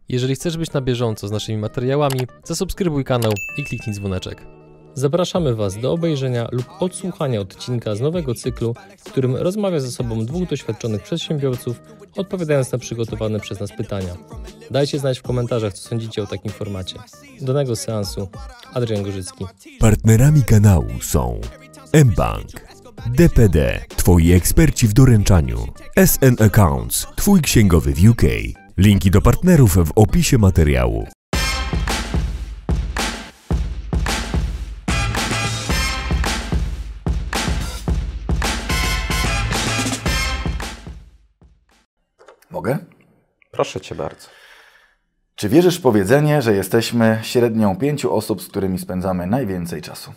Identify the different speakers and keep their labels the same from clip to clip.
Speaker 1: Jeżeli chcesz być na bieżąco z naszymi materiałami, zasubskrybuj kanał i kliknij dzwoneczek. Zapraszamy Was do obejrzenia lub odsłuchania odcinka z nowego cyklu, w którym rozmawia ze sobą dwóch doświadczonych przedsiębiorców, odpowiadając na przygotowane przez nas pytania. Dajcie znać w komentarzach, co sądzicie o takim formacie. Danego seansu. Adrian Gorzycki.
Speaker 2: Partnerami kanału są mBank, DPD, Twoi eksperci w doręczaniu, SN Accounts, Twój księgowy w UK. Linki do partnerów w opisie materiału.
Speaker 3: Mogę?
Speaker 4: Proszę Cię bardzo.
Speaker 3: Czy wierzysz w powiedzenie, że jesteśmy średnią 5 osób, z którymi spędzamy najwięcej czasu?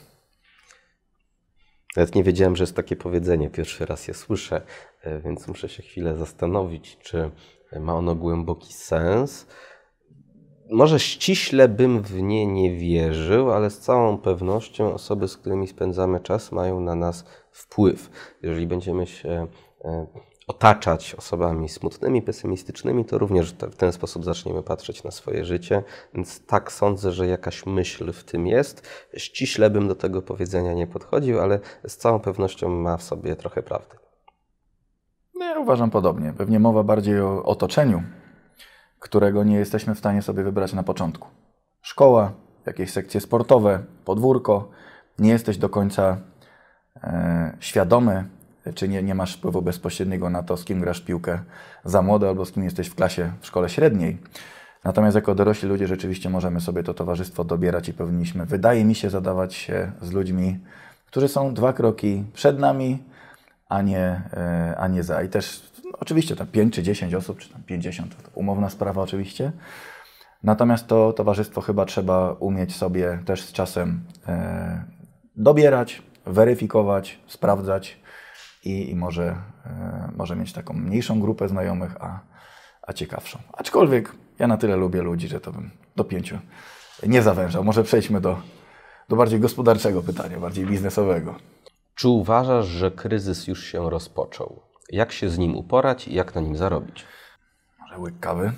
Speaker 4: Nawet nie wiedziałem, że jest takie powiedzenie. Pierwszy raz je słyszę, więc muszę się chwilę zastanowić, czy ma ono głęboki sens. Może ściśle bym w nie nie wierzył, ale z całą pewnością osoby, z którymi spędzamy czas, mają na nas wpływ. Jeżeli będziemy się otaczać osobami smutnymi, pesymistycznymi, to również w ten sposób zaczniemy patrzeć na swoje życie. Więc tak sądzę, że jakaś myśl w tym jest. Ściśle bym do tego powiedzenia nie podchodził, ale z całą pewnością ma w sobie trochę prawdy.
Speaker 3: No, ja uważam podobnie. Pewnie mowa bardziej o otoczeniu, którego nie jesteśmy w stanie sobie wybrać na początku. Szkoła, jakieś sekcje sportowe, podwórko. Nie jesteś do końca świadomy, czy nie masz wpływu bezpośredniego na to, z kim grasz w piłkę za młodo, albo z kim jesteś w klasie w szkole średniej. Natomiast jako dorośli ludzie rzeczywiście możemy sobie to towarzystwo dobierać i powinniśmy, wydaje mi się, zadawać się z ludźmi, którzy są 2 kroki przed nami, a nie za. I też oczywiście tam 5 czy 10 osób, czy tam 50, to umowna sprawa oczywiście. Natomiast to towarzystwo chyba trzeba umieć sobie też z czasem dobierać, weryfikować, sprawdzać i może mieć taką mniejszą grupę znajomych, a ciekawszą. Aczkolwiek ja na tyle lubię ludzi, że to bym do 5 nie zawężał. Może przejdźmy do bardziej gospodarczego pytania, bardziej biznesowego.
Speaker 4: Czy uważasz, że kryzys już się rozpoczął? Jak się z nim uporać i jak na nim zarobić?
Speaker 3: Może łyk kawy?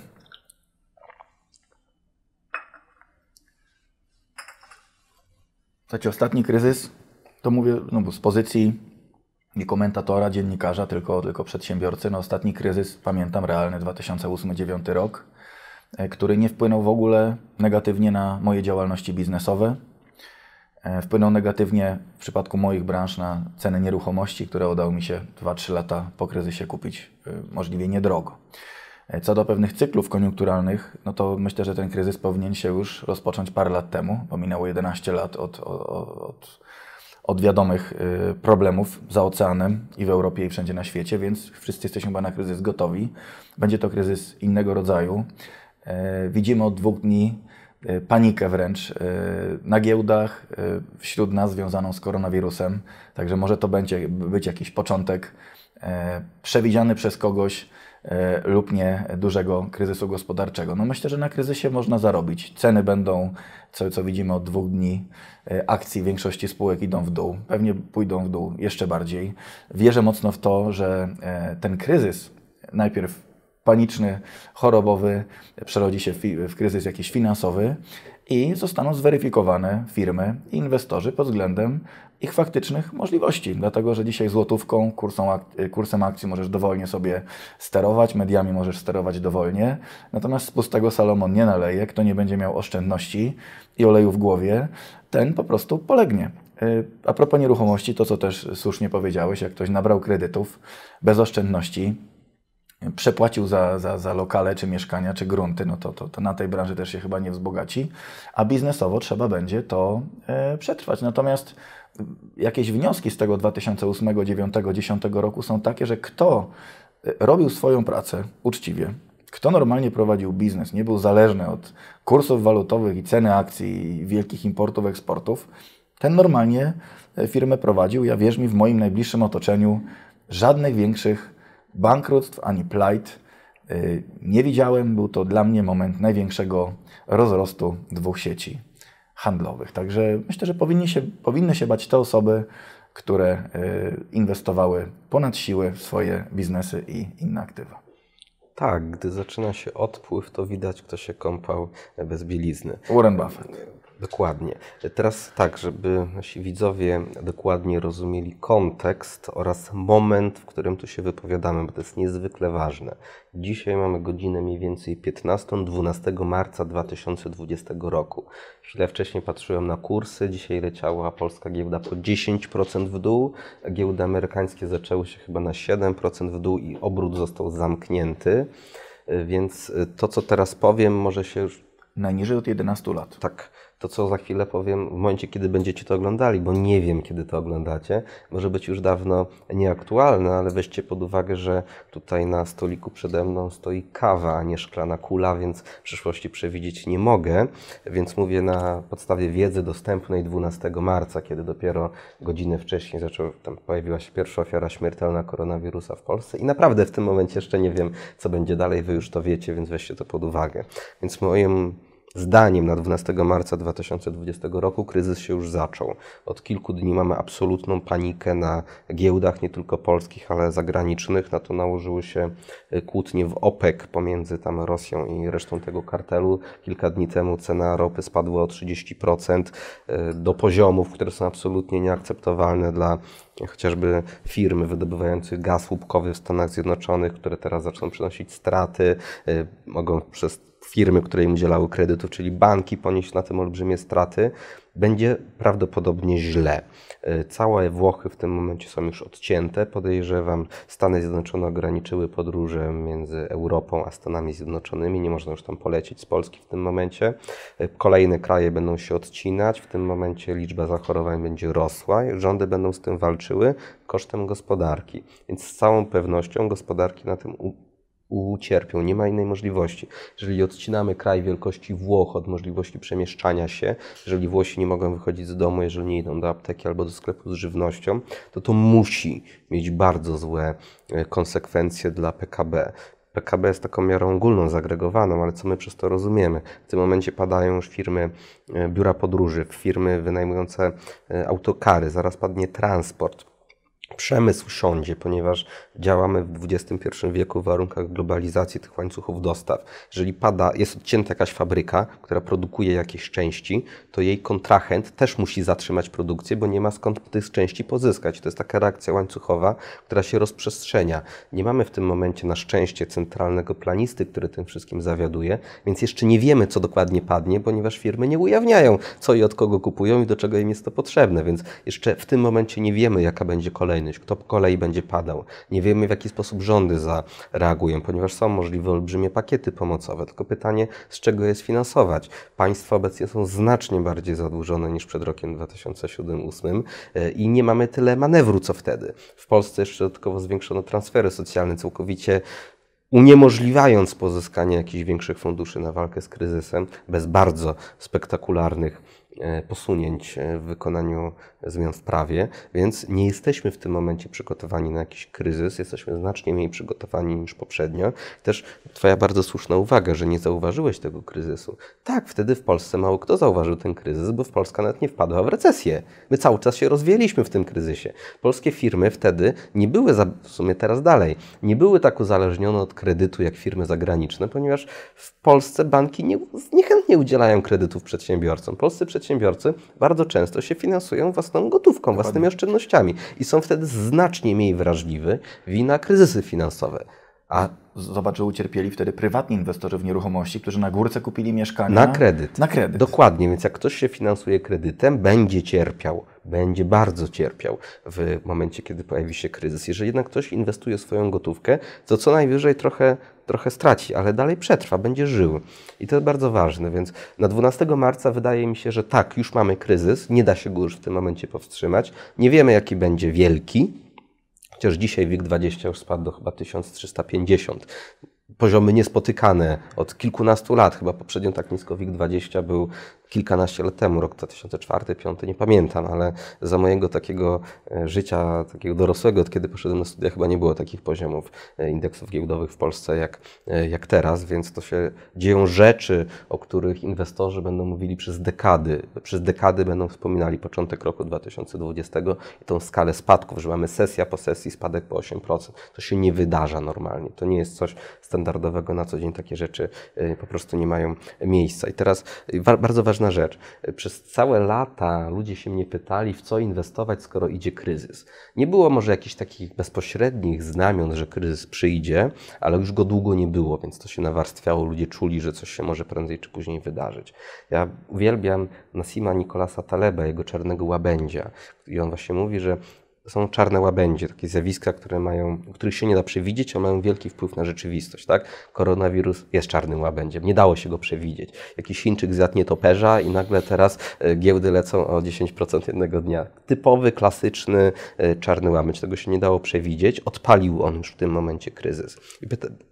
Speaker 3: Słuchajcie, ostatni kryzys, to mówię z pozycji nie komentatora, dziennikarza, tylko przedsiębiorcy. No, ostatni kryzys, pamiętam, realny 2008-2009 rok, który nie wpłynął w ogóle negatywnie na moje działalności biznesowe. Wpłynął negatywnie w przypadku moich branż na ceny nieruchomości, które udało mi się 2-3 lata po kryzysie kupić możliwie niedrogo. Co do pewnych cyklów koniunkturalnych, no to myślę, że ten kryzys powinien się już rozpocząć parę lat temu, bo minęło 11 lat od wiadomych problemów za oceanem i w Europie i wszędzie na świecie, więc wszyscy jesteśmy chyba na kryzys gotowi. Będzie to kryzys innego rodzaju. Widzimy od 2 dni panikę wręcz na giełdach wśród nas związaną z koronawirusem. Także może to będzie być jakiś początek przewidziany przez kogoś lub nie dużego kryzysu gospodarczego. No myślę, że na kryzysie można zarobić. Ceny będą, co widzimy od 2 dni, akcji większości spółek idą w dół. Pewnie pójdą w dół jeszcze bardziej. Wierzę mocno w to, że ten kryzys, najpierw paniczny, chorobowy, przerodzi się w kryzys jakiś finansowy i zostaną zweryfikowane firmy i inwestorzy pod względem ich faktycznych możliwości. Dlatego, że dzisiaj złotówką, kursem akcji możesz dowolnie sobie sterować, mediami możesz sterować dowolnie, natomiast z pustego Salomon nie naleje. Kto nie będzie miał oszczędności i oleju w głowie, ten po prostu polegnie. A propos nieruchomości, to co też słusznie powiedziałeś, jak ktoś nabrał kredytów bez oszczędności, przepłacił za lokale, czy mieszkania, czy grunty, no to na tej branży też się chyba nie wzbogaci, a biznesowo trzeba będzie to przetrwać. Natomiast jakieś wnioski z tego 2008, 2009, 2010 roku są takie, że kto robił swoją pracę uczciwie, kto normalnie prowadził biznes, nie był zależny od kursów walutowych i ceny akcji i wielkich importów, eksportów, ten normalnie firmę prowadził. Ja, wierz mi, w moim najbliższym otoczeniu żadnych większych bankructw ani plajt nie widziałem. Był to dla mnie moment największego rozrostu 2 sieci handlowych. Także myślę, że powinny się bać te osoby, które inwestowały ponad siły w swoje biznesy i inne aktywa.
Speaker 4: Tak, gdy zaczyna się odpływ, to widać, kto się kąpał bez bielizny.
Speaker 3: Warren Buffett.
Speaker 4: Dokładnie. Teraz tak, żeby nasi widzowie dokładnie rozumieli kontekst oraz moment, w którym tu się wypowiadamy, bo to jest niezwykle ważne. Dzisiaj mamy godzinę mniej więcej 15, 12 marca 2020 roku. Chwilę wcześniej patrzyłem na kursy, dzisiaj leciała polska giełda po 10% w dół, a giełdy amerykańskie zaczęły się chyba na 7% w dół i obrót został zamknięty, więc to, co teraz powiem, może się już...
Speaker 3: Najniżej od 11 lat.
Speaker 4: Tak, to co za chwilę powiem, w momencie, kiedy będziecie to oglądali, bo nie wiem, kiedy to oglądacie, może być już dawno nieaktualne, ale weźcie pod uwagę, że tutaj na stoliku przede mną stoi kawa, a nie szklana kula, więc w przyszłości przewidzieć nie mogę, więc mówię na podstawie wiedzy dostępnej 12 marca, kiedy dopiero godzinę wcześniej pojawiła się pierwsza ofiara śmiertelna koronawirusa w Polsce i naprawdę w tym momencie jeszcze nie wiem, co będzie dalej, wy już to wiecie, więc weźcie to pod uwagę. Więc moim zdaniem na 12 marca 2020 roku kryzys się już zaczął. Od kilku dni mamy absolutną panikę na giełdach, nie tylko polskich, ale zagranicznych. Na to nałożyły się kłótnie w OPEC pomiędzy tam Rosją i resztą tego kartelu. Kilka dni temu cena ropy spadła o 30% do poziomów, które są absolutnie nieakceptowalne dla chociażby firm wydobywających gaz łupkowy w Stanach Zjednoczonych, które teraz zaczną przynosić straty, mogą przez firmy, które im udzielały kredytów, czyli banki, ponieść na tym olbrzymie straty, będzie prawdopodobnie źle. Całe Włochy w tym momencie są już odcięte. Podejrzewam, Stany Zjednoczone ograniczyły podróże między Europą a Stanami Zjednoczonymi. Nie można już tam polecieć z Polski w tym momencie. Kolejne kraje będą się odcinać. W tym momencie liczba zachorowań będzie rosła. Rządy będą z tym walczyły kosztem gospodarki. Więc z całą pewnością gospodarki na tym ucierpią, nie ma innej możliwości. Jeżeli odcinamy kraj wielkości Włoch od możliwości przemieszczania się, jeżeli Włosi nie mogą wychodzić z domu, jeżeli nie idą do apteki albo do sklepu z żywnością, to musi mieć bardzo złe konsekwencje dla PKB. PKB jest taką miarą ogólną, zagregowaną, ale co my przez to rozumiemy? W tym momencie padają już firmy, biura podróży, firmy wynajmujące autokary, zaraz padnie transport. Przemysł siądzie, ponieważ działamy w XXI wieku w warunkach globalizacji tych łańcuchów dostaw. Jeżeli jest odcięta jakaś fabryka, która produkuje jakieś części, to jej kontrahent też musi zatrzymać produkcję, bo nie ma skąd tych części pozyskać. To jest taka reakcja łańcuchowa, która się rozprzestrzenia. Nie mamy w tym momencie na szczęście centralnego planisty, który tym wszystkim zawiaduje, więc jeszcze nie wiemy, co dokładnie padnie, ponieważ firmy nie ujawniają, co i od kogo kupują i do czego im jest to potrzebne, więc jeszcze w tym momencie nie wiemy, jaka będzie kolejność, kto po kolei będzie padał. Nie wiemy, w jaki sposób rządy zareagują, ponieważ są możliwe olbrzymie pakiety pomocowe. Tylko pytanie, z czego je sfinansować? Państwa obecnie są znacznie bardziej zadłużone niż przed rokiem 2007-2008 i nie mamy tyle manewru, co wtedy. W Polsce jeszcze dodatkowo zwiększono transfery socjalne, całkowicie uniemożliwiając pozyskanie jakichś większych funduszy na walkę z kryzysem, bez bardzo spektakularnych posunięć w wykonaniu zmian w prawie, więc nie jesteśmy w tym momencie przygotowani na jakiś kryzys, jesteśmy znacznie mniej przygotowani niż poprzednio. Też twoja bardzo słuszna uwaga, że nie zauważyłeś tego kryzysu. Tak, wtedy w Polsce mało kto zauważył ten kryzys, bo Polska nawet nie wpadła w recesję. My cały czas się rozwijaliśmy w tym kryzysie. Polskie firmy wtedy nie były, w sumie teraz dalej, nie były tak uzależnione od kredytu jak firmy zagraniczne, ponieważ w Polsce banki niechętnie udzielają kredytów przedsiębiorcom. Polscy przedsiębiorcy bardzo często się finansują własną gotówką, własnymi oszczędnościami i są wtedy znacznie mniej wrażliwi na kryzysy finansowe. A
Speaker 3: zobacz, że ucierpieli wtedy prywatni inwestorzy w nieruchomości, którzy na górce kupili mieszkania
Speaker 4: na kredyt.
Speaker 3: Na kredyt.
Speaker 4: Dokładnie, więc jak ktoś się finansuje kredytem, będzie cierpiał, będzie bardzo cierpiał w momencie, kiedy pojawi się kryzys. Jeżeli jednak ktoś inwestuje swoją gotówkę, to co najwyżej trochę straci, ale dalej przetrwa, będzie żył. I to jest bardzo ważne, więc na 12 marca wydaje mi się, że tak, już mamy kryzys, nie da się go już w tym momencie powstrzymać, nie wiemy jaki będzie wielki, chociaż dzisiaj WIG20 już spadł do chyba 1350. Poziomy niespotykane od kilkunastu lat. Chyba poprzednio tak nisko WIG20 był kilkanaście lat temu, rok 2004-2005, nie pamiętam, ale za mojego takiego życia, takiego dorosłego, od kiedy poszedłem na studia, chyba nie było takich poziomów indeksów giełdowych w Polsce jak teraz, więc to się dzieją rzeczy, o których inwestorzy będą mówili przez dekady. Przez dekady będą wspominali początek roku 2020 i tą skalę spadków, że mamy sesja po sesji, spadek po 8%. To się nie wydarza normalnie. To nie jest coś standardowego na co dzień. Takie rzeczy po prostu nie mają miejsca. I teraz bardzo ważna rzecz. Przez całe lata ludzie się mnie pytali, w co inwestować, skoro idzie kryzys. Nie było może jakichś takich bezpośrednich znamion, że kryzys przyjdzie, ale już go długo nie było, więc to się nawarstwiało. Ludzie czuli, że coś się może prędzej czy później wydarzyć. Ja uwielbiam Nassima Nicolasa Taleba, jego Czarnego Łabędzia. I on właśnie mówi, że są czarne łabędzie, takie zjawiska, których się nie da przewidzieć, a mają wielki wpływ na rzeczywistość. Tak? Koronawirus jest czarnym łabędziem, nie dało się go przewidzieć. Jakiś Chińczyk zjadł nietoperza i nagle teraz giełdy lecą o 10% jednego dnia. Typowy, klasyczny czarny łabędź, tego się nie dało przewidzieć. Odpalił on już w tym momencie kryzys. I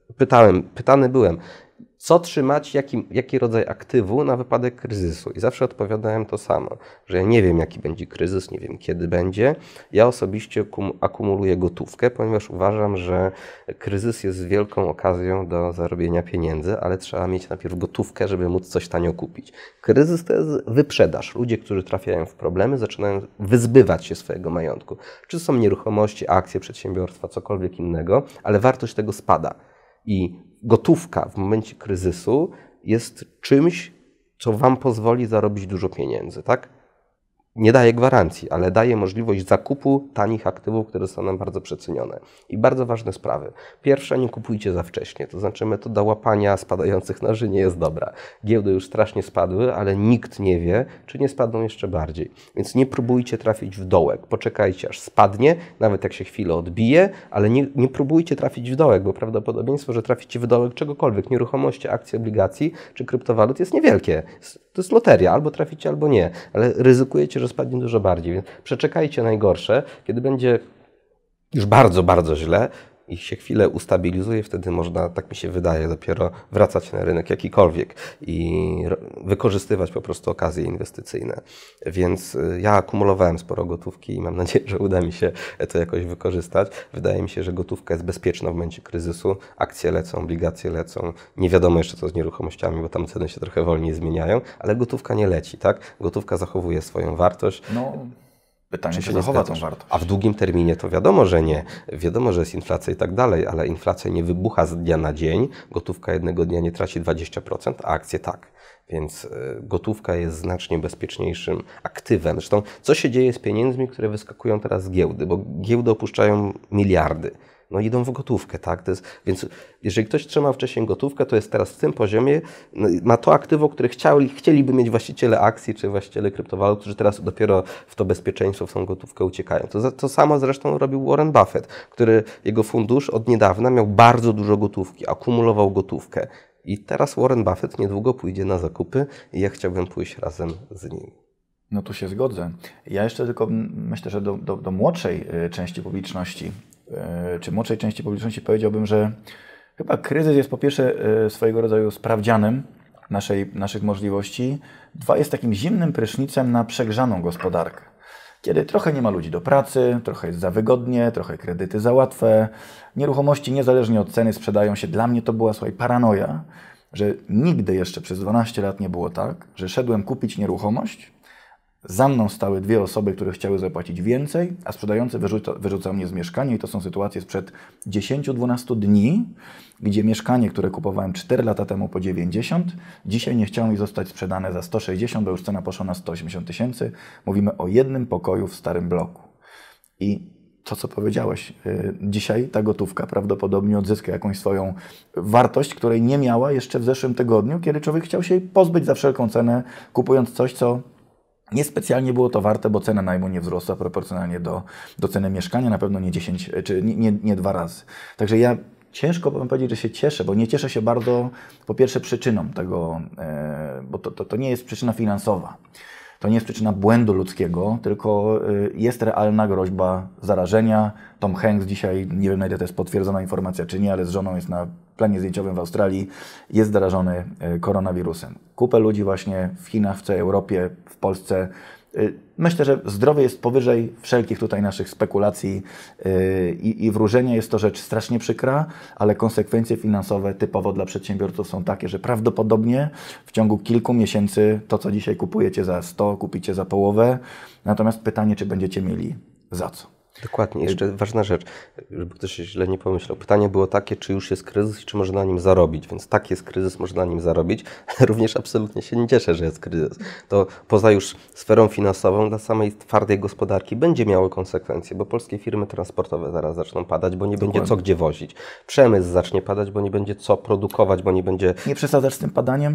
Speaker 4: pytany byłem, co trzymać, jaki rodzaj aktywu na wypadek kryzysu. I zawsze odpowiadałem to samo, że ja nie wiem, jaki będzie kryzys, nie wiem, kiedy będzie. Ja osobiście akumuluję gotówkę, ponieważ uważam, że kryzys jest wielką okazją do zarobienia pieniędzy, ale trzeba mieć najpierw gotówkę, żeby móc coś tanio kupić. Kryzys to jest wyprzedaż. Ludzie, którzy trafiają w problemy, zaczynają wyzbywać się swojego majątku. Czy to są nieruchomości, akcje, przedsiębiorstwa, cokolwiek innego, ale wartość tego spada. I gotówka w momencie kryzysu jest czymś, co wam pozwoli zarobić dużo pieniędzy, tak? Nie daje gwarancji, ale daje możliwość zakupu tanich aktywów, które są nam bardzo przecenione. I bardzo ważne sprawy. Pierwsza, nie kupujcie za wcześnie. To znaczy metoda łapania spadających noży nie jest dobra. Giełdy już strasznie spadły, ale nikt nie wie, czy nie spadną jeszcze bardziej. Więc nie próbujcie trafić w dołek. Poczekajcie, aż spadnie, nawet jak się chwilę odbije, ale nie próbujcie trafić w dołek, bo prawdopodobieństwo, że traficie w dołek czegokolwiek, nieruchomości, akcji, obligacji czy kryptowalut jest niewielkie. To jest loteria, albo traficie, albo nie, ale ryzykujecie, że spadnie dużo bardziej. Więc przeczekajcie najgorsze, kiedy będzie już bardzo, bardzo źle i się chwilę ustabilizuje, wtedy można, tak mi się wydaje, dopiero wracać na rynek jakikolwiek i wykorzystywać po prostu okazje inwestycyjne. Więc ja akumulowałem sporo gotówki i mam nadzieję, że uda mi się to jakoś wykorzystać. Wydaje mi się, że gotówka jest bezpieczna w momencie kryzysu. Akcje lecą, obligacje lecą. Nie wiadomo jeszcze co z nieruchomościami, bo tam ceny się trochę wolniej zmieniają, ale gotówka nie leci, tak? Gotówka zachowuje swoją wartość.
Speaker 3: No. Pytanie, czy zachowa tą wartość.
Speaker 4: A w długim terminie to wiadomo, że nie. Wiadomo, że jest inflacja i tak dalej, ale inflacja nie wybucha z dnia na dzień. Gotówka jednego dnia nie traci 20%, a akcje tak. Więc gotówka jest znacznie bezpieczniejszym aktywem. Zresztą co się dzieje z pieniędzmi, które wyskakują teraz z giełdy? Bo giełdy opuszczają miliardy. No idą w gotówkę, tak? Więc jeżeli ktoś trzymał wcześniej gotówkę, to jest teraz w tym poziomie, ma to aktywo, które chcieliby mieć właściciele akcji czy właściciele kryptowalut, którzy teraz dopiero w to bezpieczeństwo, w tą gotówkę uciekają. To samo zresztą robił Warren Buffett, jego fundusz od niedawna miał bardzo dużo gotówki, akumulował gotówkę. I teraz Warren Buffett niedługo pójdzie na zakupy i ja chciałbym pójść razem z nim.
Speaker 3: No tu się zgodzę. Ja jeszcze tylko myślę, że do młodszej części publiczności, powiedziałbym, że chyba kryzys jest po pierwsze swojego rodzaju sprawdzianem naszych możliwości. Dwa, jest takim zimnym prysznicem na przegrzaną gospodarkę. Kiedy trochę nie ma ludzi do pracy, trochę jest za wygodnie, trochę kredyty za łatwe, nieruchomości niezależnie od ceny sprzedają się. Dla mnie to była, paranoja, że nigdy jeszcze przez 12 lat nie było tak, że szedłem kupić nieruchomość, za mną stały dwie osoby, które chciały zapłacić więcej, a sprzedający wyrzucał mnie z mieszkania i to są sytuacje sprzed 10-12 dni, gdzie mieszkanie, które kupowałem 4 lata temu po 90, dzisiaj nie chciało mi zostać sprzedane za 160, bo już cena poszła na 180 tysięcy. Mówimy o jednym pokoju w starym bloku. I to, co powiedziałeś, dzisiaj ta gotówka prawdopodobnie odzyska jakąś swoją wartość, której nie miała jeszcze w zeszłym tygodniu, kiedy człowiek chciał się jej pozbyć za wszelką cenę, kupując coś, co niespecjalnie było to warte, bo cena najmu nie wzrosła proporcjonalnie do ceny mieszkania, na pewno nie 10, czy nie 2 razy. Także ja ciężko bym powiedzieć, że się cieszę, bo nie cieszę się bardzo, po pierwsze, przyczyną tego, bo to nie jest przyczyna finansowa. to nie jest przyczyna błędu ludzkiego, tylko jest realna groźba zarażenia. Tom Hanks dzisiaj, nie wiem na ile to jest potwierdzona informacja czy nie, ale z żoną jest na planie zdjęciowym w Australii, jest zarażony koronawirusem. Kupę ludzi właśnie w Chinach, w całej Europie, w Polsce. Myślę, że zdrowie jest powyżej wszelkich tutaj naszych spekulacji i wróżenia. Jest to rzecz strasznie przykra, ale konsekwencje finansowe typowo dla przedsiębiorców są takie, że prawdopodobnie w ciągu kilku miesięcy to, co dzisiaj kupujecie za 100, kupicie za połowę. Natomiast pytanie, czy będziecie mieli za co.
Speaker 4: Dokładnie. Jeszcze ważna rzecz, żeby ktoś się źle nie pomyślał. Pytanie było takie, czy już jest kryzys i czy można na nim zarobić. Więc tak, jest kryzys, można na nim zarobić, ale również absolutnie się nie cieszę, że jest kryzys. To poza już sferą finansową dla samej twardej gospodarki będzie miało konsekwencje, bo polskie firmy transportowe zaraz zaczną padać, bo nie będzie co gdzie wozić. Przemysł zacznie padać, bo nie będzie co produkować, bo nie będzie...
Speaker 3: Nie przesadzasz z tym padaniem?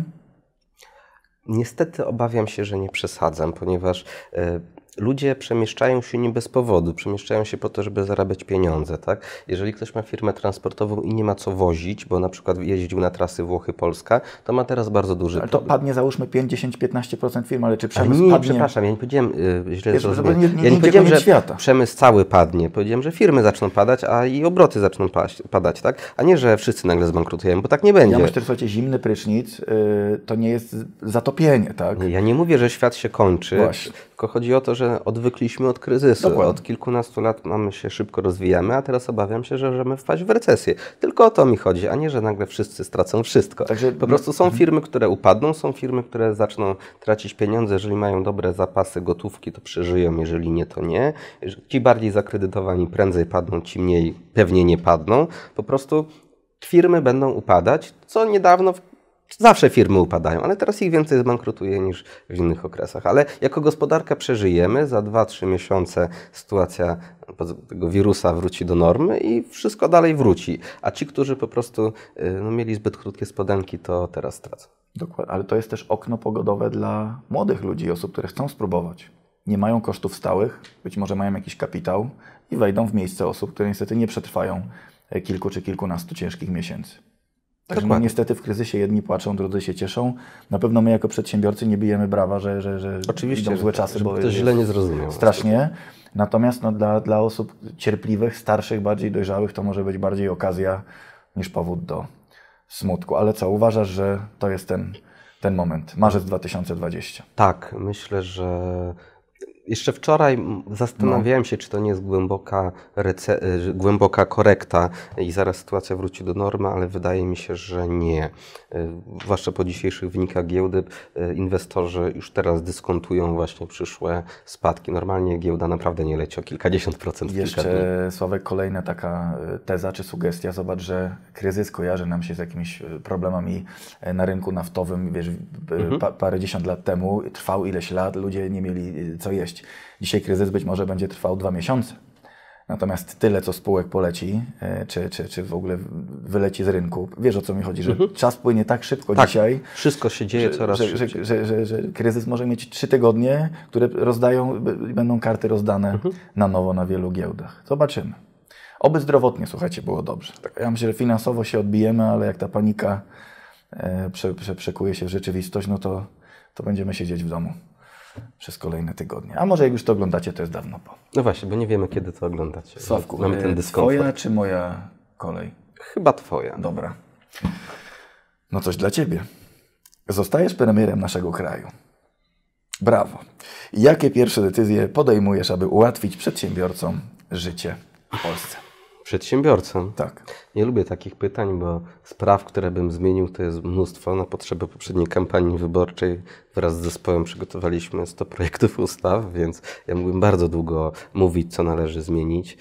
Speaker 4: Niestety obawiam się, że nie przesadzam, ponieważ ludzie przemieszczają się nie bez powodu, przemieszczają się po to, żeby zarabiać pieniądze, tak? Jeżeli ktoś ma firmę transportową i nie ma co wozić, bo na przykład jeździł na trasy Włochy-Polska, to ma teraz bardzo duży
Speaker 3: ale to
Speaker 4: problem.
Speaker 3: padnie załóżmy 5, 10, 15% firm, ale czy przemysł
Speaker 4: nie,
Speaker 3: padnie?
Speaker 4: Przepraszam, ja nie powiedziałem, źle zrozumiałem.
Speaker 3: Nie
Speaker 4: Ja nie powiedziałem, że
Speaker 3: świata.
Speaker 4: przemysł cały padnie. Powiedziałem, że firmy zaczną padać, a i obroty zaczną padać, tak? A nie, że wszyscy nagle zbankrutujemy, bo tak nie będzie.
Speaker 3: Ja myślę, że słuchajcie, zimny prysznic to nie jest zatopienie, tak?
Speaker 4: Ja nie mówię, że świat się kończy,
Speaker 3: Właśnie.
Speaker 4: tylko chodzi o to, że odwykliśmy od kryzysu.
Speaker 3: Dokładnie.
Speaker 4: Od kilkunastu lat się szybko rozwijamy, a teraz obawiam się, że możemy wpaść w recesję. Tylko o to mi chodzi, a nie, że nagle wszyscy stracą wszystko.
Speaker 3: Także
Speaker 4: po prostu są firmy, które upadną, są firmy, które zaczną tracić pieniądze. Jeżeli mają dobre zapasy gotówki, to przeżyją, jeżeli nie, to nie. Ci bardziej zakredytowani prędzej padną, ci mniej pewnie nie padną. Po prostu firmy będą upadać, co niedawno zawsze firmy upadają, ale teraz ich więcej zbankrutuje niż w innych okresach. Ale jako gospodarka przeżyjemy, za 2-3 miesiące sytuacja tego wirusa wróci do normy i wszystko dalej wróci. A ci, którzy po prostu mieli zbyt krótkie spodenki, to teraz stracą.
Speaker 3: Dokładnie, ale to jest też okno pogodowe dla młodych ludzi, osób, które chcą spróbować. Nie mają kosztów stałych, być może mają jakiś kapitał i wejdą w miejsce osób, które niestety nie przetrwają kilku czy kilkunastu ciężkich miesięcy. Także niestety w kryzysie jedni płaczą, drudzy się cieszą. Na pewno my jako przedsiębiorcy nie bijemy brawa, że
Speaker 4: oczywiście
Speaker 3: idą złe czasy, bo
Speaker 4: ktoś źle nie zrozumiał.
Speaker 3: Strasznie. Natomiast dla osób cierpliwych, starszych, bardziej dojrzałych to może być bardziej okazja niż powód do smutku. Ale co, uważasz, że to jest ten moment, marzec 2020?
Speaker 4: Tak, myślę, że jeszcze wczoraj zastanawiałem się, czy to nie jest głęboka korekta i zaraz sytuacja wróci do normy, ale wydaje mi się, że nie. Zwłaszcza po dzisiejszych wynikach giełdy inwestorzy już teraz dyskontują właśnie przyszłe spadki. Normalnie giełda naprawdę nie leci o kilkadziesiąt procent w kilka dni.
Speaker 3: Jeszcze, Sławek, kolejna taka teza czy sugestia. Zobacz, że kryzys kojarzy nam się z jakimiś problemami na rynku naftowym. Wiesz, parędziesiąt lat temu trwał ileś lat, ludzie nie mieli co jeść. Dzisiaj kryzys być może będzie trwał 2 miesiące. Natomiast tyle, co spółek poleci, czy w ogóle wyleci z rynku. Wiesz, o co mi chodzi, że czas płynie tak szybko dzisiaj.
Speaker 4: Wszystko się dzieje coraz szybciej.
Speaker 3: Że kryzys może mieć 3 tygodnie, które będą karty rozdane na nowo na wielu giełdach. Zobaczymy. Oby zdrowotnie, słuchajcie, było dobrze. Ja myślę, że finansowo się odbijemy, ale jak ta panika przekuje się w rzeczywistość, no to będziemy siedzieć w domu przez kolejne tygodnie. A może jak już to oglądacie, to jest dawno po.
Speaker 4: No właśnie, bo nie wiemy, kiedy to oglądacie.
Speaker 3: Sławku,
Speaker 4: mamy ten dyskomfort.
Speaker 3: twoja czy moja kolej?
Speaker 4: Chyba twoja.
Speaker 3: Dobra. No coś dla ciebie. Zostajesz premierem naszego kraju. Brawo. Jakie pierwsze decyzje podejmujesz, aby ułatwić przedsiębiorcom życie w Polsce?
Speaker 4: Przedsiębiorcom?
Speaker 3: Tak.
Speaker 4: Nie lubię takich pytań, bo spraw, które bym zmienił, to jest mnóstwo. Na potrzeby poprzedniej kampanii wyborczej wraz z zespołem przygotowaliśmy 100 projektów ustaw, więc ja mógłbym bardzo długo mówić, co należy zmienić.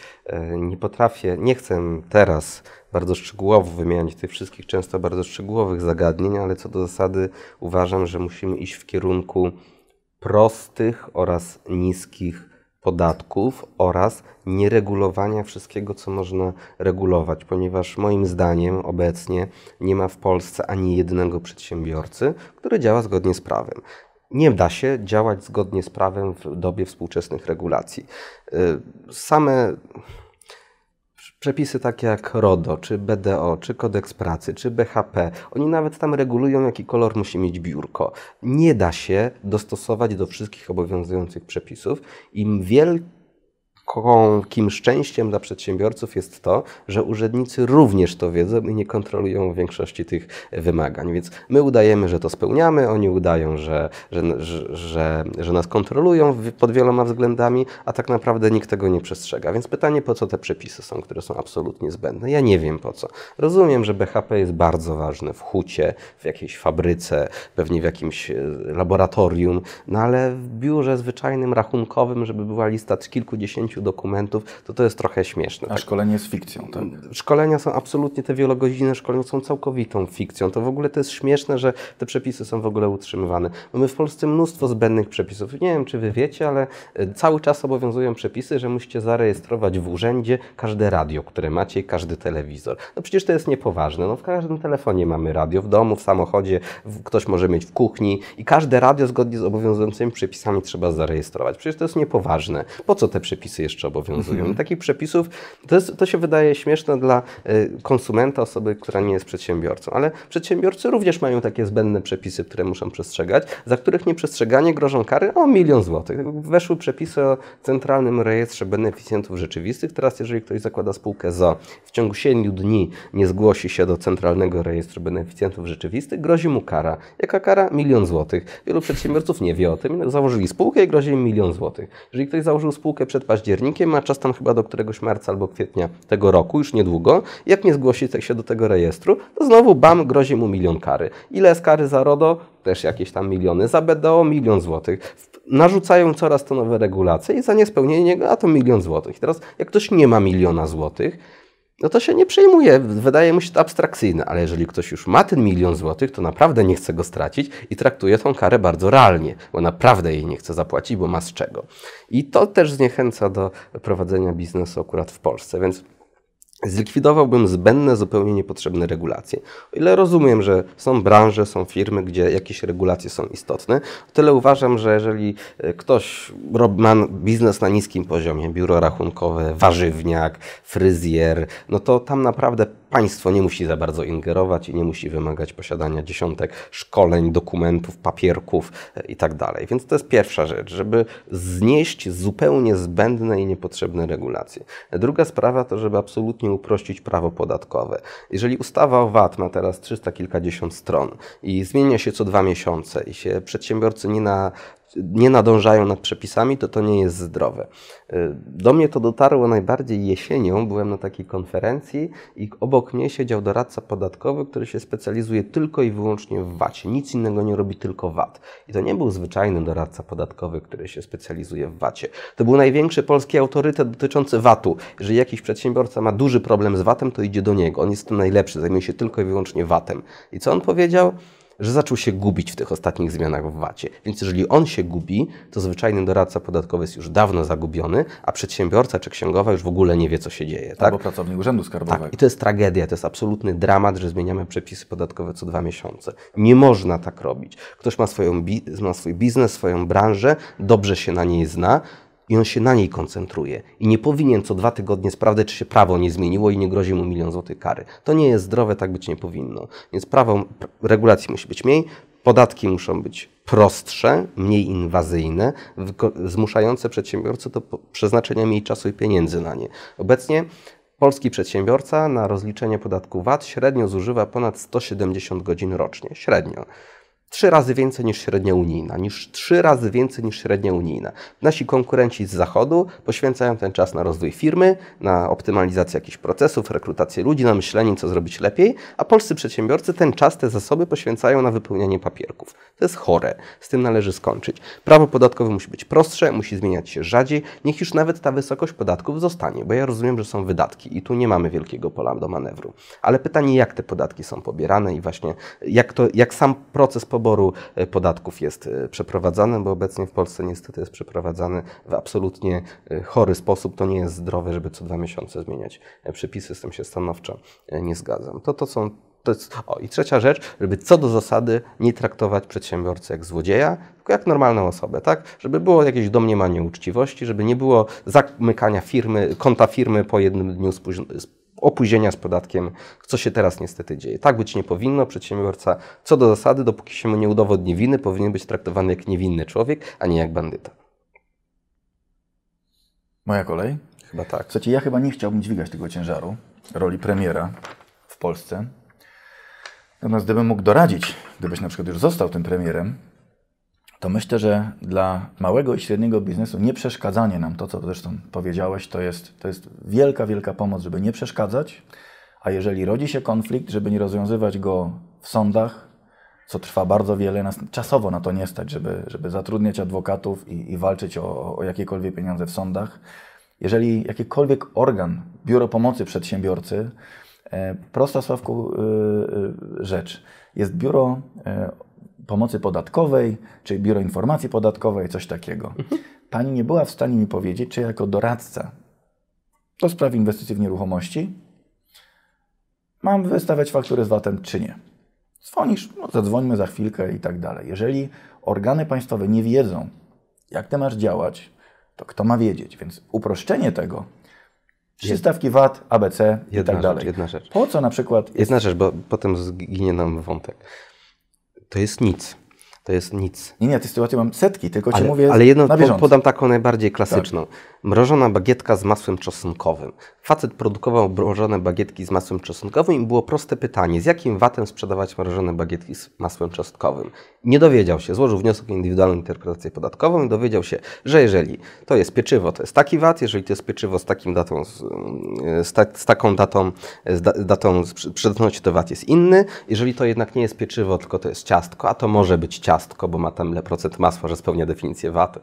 Speaker 4: Nie chcę teraz bardzo szczegółowo wymieniać tych wszystkich często bardzo szczegółowych zagadnień, ale co do zasady uważam, że musimy iść w kierunku prostych oraz niskich podatków oraz nieregulowania wszystkiego, co można regulować, ponieważ moim zdaniem obecnie nie ma w Polsce ani jednego przedsiębiorcy, który działa zgodnie z prawem. Nie da się działać zgodnie z prawem w dobie współczesnych regulacji. Przepisy takie jak RODO, czy BDO, czy Kodeks Pracy, czy BHP, oni nawet tam regulują, jaki kolor musi mieć biurko. Nie da się dostosować do wszystkich obowiązujących przepisów. Im wielkim szczęściem dla przedsiębiorców jest to, że urzędnicy również to wiedzą i nie kontrolują większości tych wymagań. Więc my udajemy, że to spełniamy, oni udają, że nas kontrolują pod wieloma względami, a tak naprawdę nikt tego nie przestrzega. Więc pytanie, po co te przepisy są, które są absolutnie zbędne? Ja nie wiem po co. Rozumiem, że BHP jest bardzo ważne w hucie, w jakiejś fabryce, pewnie w jakimś laboratorium, no ale w biurze zwyczajnym, rachunkowym, żeby była lista kilkudziesięciu dokumentów, to jest trochę śmieszne.
Speaker 3: A szkolenie jest fikcją, tak?
Speaker 4: Szkolenia są absolutnie, te wielogodzinne szkolenia są całkowitą fikcją. To w ogóle to jest śmieszne, że te przepisy są w ogóle utrzymywane. Mamy w Polsce mnóstwo zbędnych przepisów. Nie wiem, czy wy wiecie, ale cały czas obowiązują przepisy, że musicie zarejestrować w urzędzie każde radio, które macie i każdy telewizor. No przecież to jest niepoważne. No w każdym telefonie mamy radio, w domu, w samochodzie, ktoś może mieć w kuchni i każde radio zgodnie z obowiązującymi przepisami trzeba zarejestrować. Przecież to jest niepoważne. Po co te przepisy jeszcze obowiązują? I takich przepisów, to się wydaje śmieszne dla konsumenta, osoby, która nie jest przedsiębiorcą, ale przedsiębiorcy również mają takie zbędne przepisy, które muszą przestrzegać, za których nieprzestrzeganie grożą kary o 1 000 000 złotych. Weszły przepisy o Centralnym Rejestrze Beneficjentów Rzeczywistych. Teraz, jeżeli ktoś zakłada spółkę z w ciągu 7 dni nie zgłosi się do Centralnego Rejestru Beneficjentów Rzeczywistych, grozi mu kara. Jaka kara? 1 000 000 złotych. Wielu przedsiębiorców nie wie o tym. Założyli spółkę i grozi im 1 000 000 złotych. Jeżeli ktoś założył spółkę przed październikiem, ma czas tam chyba do któregoś marca albo kwietnia tego roku, już niedługo, jak nie zgłosi się do tego rejestru, to znowu bam, grozi mu 1 000 000 kary. Ile jest kary za RODO? Też jakieś tam miliony. Za BDO 1 000 000 złotych. Narzucają coraz to nowe regulacje i za niespełnienie niego, a to 1 000 000 złotych. I teraz jak ktoś nie ma 1 000 000 złotych, no to się nie przejmuje, wydaje mu się to abstrakcyjne, ale jeżeli ktoś już ma ten 1 000 000 złotych, to naprawdę nie chce go stracić i traktuje tą karę bardzo realnie, bo naprawdę jej nie chce zapłacić, bo ma z czego. I to też zniechęca do prowadzenia biznesu akurat w Polsce, więc zlikwidowałbym zbędne, zupełnie niepotrzebne regulacje. O ile rozumiem, że są branże, są firmy, gdzie jakieś regulacje są istotne, o tyle uważam, że jeżeli ktoś ma biznes na niskim poziomie, biuro rachunkowe, warzywniak, fryzjer, no to tam naprawdę państwo nie musi za bardzo ingerować i nie musi wymagać posiadania dziesiątek szkoleń, dokumentów, papierków i tak dalej. Więc to jest pierwsza rzecz, żeby znieść zupełnie zbędne i niepotrzebne regulacje. Druga sprawa to, żeby absolutnie uprościć prawo podatkowe. Jeżeli ustawa o VAT ma teraz 300 kilkadziesiąt stron i zmienia się co 2 miesiące i się przedsiębiorcy nie nadążają nad przepisami, to nie jest zdrowe. Do mnie to dotarło najbardziej jesienią. Byłem na takiej konferencji i obok mnie siedział doradca podatkowy, który się specjalizuje tylko i wyłącznie w VAT-ie. Nic innego nie robi, tylko VAT. I to nie był zwyczajny doradca podatkowy, który się specjalizuje w VAT-ie. To był największy polski autorytet dotyczący VAT-u. Jeżeli jakiś przedsiębiorca ma duży problem z VAT-em, to idzie do niego. On jest tym najlepszy, zajmuje się tylko i wyłącznie VAT-em. I co on powiedział? Że zaczął się gubić w tych ostatnich zmianach w VAT-ie. Więc jeżeli on się gubi, to zwyczajny doradca podatkowy jest już dawno zagubiony, a przedsiębiorca czy księgowa już w ogóle nie wie, co się dzieje. Tak?
Speaker 3: Albo pracownik Urzędu Skarbowego.
Speaker 4: Tak, i to jest tragedia, to jest absolutny dramat, że zmieniamy przepisy podatkowe co 2 miesiące. Nie można tak robić. Ktoś ma swój biznes, swoją branżę, dobrze się na niej zna, i on się na niej koncentruje. I nie powinien co 2 tygodnie sprawdzać, czy się prawo nie zmieniło i nie grozi mu 1 000 000 złotych kary. To nie jest zdrowe, tak być nie powinno. Więc regulacji musi być mniej, podatki muszą być prostsze, mniej inwazyjne, zmuszające przedsiębiorcę do przeznaczenia mniej czasu i pieniędzy na nie. Obecnie polski przedsiębiorca na rozliczenie podatku VAT średnio zużywa ponad 170 godzin rocznie. Średnio. 3 razy więcej niż średnia unijna, 3 razy więcej niż średnia unijna. Nasi konkurenci z zachodu poświęcają ten czas na rozwój firmy, na optymalizację jakichś procesów, rekrutację ludzi, na myślenie, co zrobić lepiej, a polscy przedsiębiorcy ten czas, te zasoby poświęcają na wypełnianie papierków. To jest chore. Z tym należy skończyć. Prawo podatkowe musi być prostsze, musi zmieniać się rzadziej. Niech już nawet ta wysokość podatków zostanie, bo ja rozumiem, że są wydatki i tu nie mamy wielkiego pola do manewru. Ale pytanie, jak te podatki są pobierane i właśnie jak sam proces poboru podatków jest przeprowadzany, bo obecnie w Polsce niestety jest przeprowadzany w absolutnie chory sposób. To nie jest zdrowe, żeby co 2 miesiące zmieniać przepisy, z tym się stanowczo nie zgadzam. I trzecia rzecz, żeby co do zasady nie traktować przedsiębiorcy jak złodzieja, tylko jak normalną osobę, tak? Żeby było jakieś domniemanie uczciwości, żeby nie było zamykania konta firmy po jednym dniu opóźnienia z podatkiem, co się teraz niestety dzieje. Tak być nie powinno. Przedsiębiorca co do zasady, dopóki się mu nie udowodni winy, powinien być traktowany jak niewinny człowiek, a nie jak bandyta.
Speaker 3: Moja kolej?
Speaker 4: Chyba tak.
Speaker 3: Słuchajcie, ja chyba nie chciałbym dźwigać tego ciężaru roli premiera w Polsce. Natomiast gdybym mógł doradzić, gdybyś na przykład już został tym premierem, to myślę, że dla małego i średniego biznesu nie przeszkadzanie nam, to co zresztą powiedziałeś, to jest wielka, wielka pomoc, żeby nie przeszkadzać, a jeżeli rodzi się konflikt, żeby nie rozwiązywać go w sądach, co trwa bardzo wiele, nas czasowo na to nie stać, żeby zatrudniać adwokatów i walczyć o jakiekolwiek pieniądze w sądach. Jeżeli jakikolwiek organ, biuro pomocy przedsiębiorcy, prosta, Sławku, rzecz, jest biuro pomocy podatkowej, czy biuro informacji podatkowej, coś takiego. Pani nie była w stanie mi powiedzieć, czy jako doradca do spraw inwestycji w nieruchomości mam wystawiać faktury z VAT-em, czy nie. Dzwonisz, no zadzwońmy za chwilkę i tak dalej. Jeżeli organy państwowe nie wiedzą, jak ty masz działać, to kto ma wiedzieć? Więc uproszczenie tego, 3 stawki VAT, ABC i tak dalej.
Speaker 4: Jedna rzecz.
Speaker 3: Po co na przykład...
Speaker 4: Jedna rzecz, bo potem zginie nam wątek. To jest nic. To jest nic.
Speaker 3: Nie, tych sytuacji mam setki, tylko ci mówię
Speaker 4: ale jedną
Speaker 3: na bieżąco.
Speaker 4: podam taką najbardziej klasyczną. Tak. Mrożona bagietka z masłem czosnkowym. Facet produkował mrożone bagietki z masłem czosnkowym i było proste pytanie, z jakim VAT-em sprzedawać mrożone bagietki z masłem czosnkowym. Nie dowiedział się, złożył wniosek o indywidualną interpretację podatkową i dowiedział się, że jeżeli to jest pieczywo, to jest taki VAT, jeżeli to jest pieczywo z takim datą, z taką datą przydatności, to VAT jest inny. Jeżeli to jednak nie jest pieczywo, tylko to jest ciastko, a to może być ciastko, bo ma tam ile procent masła, że spełnia definicję VAT,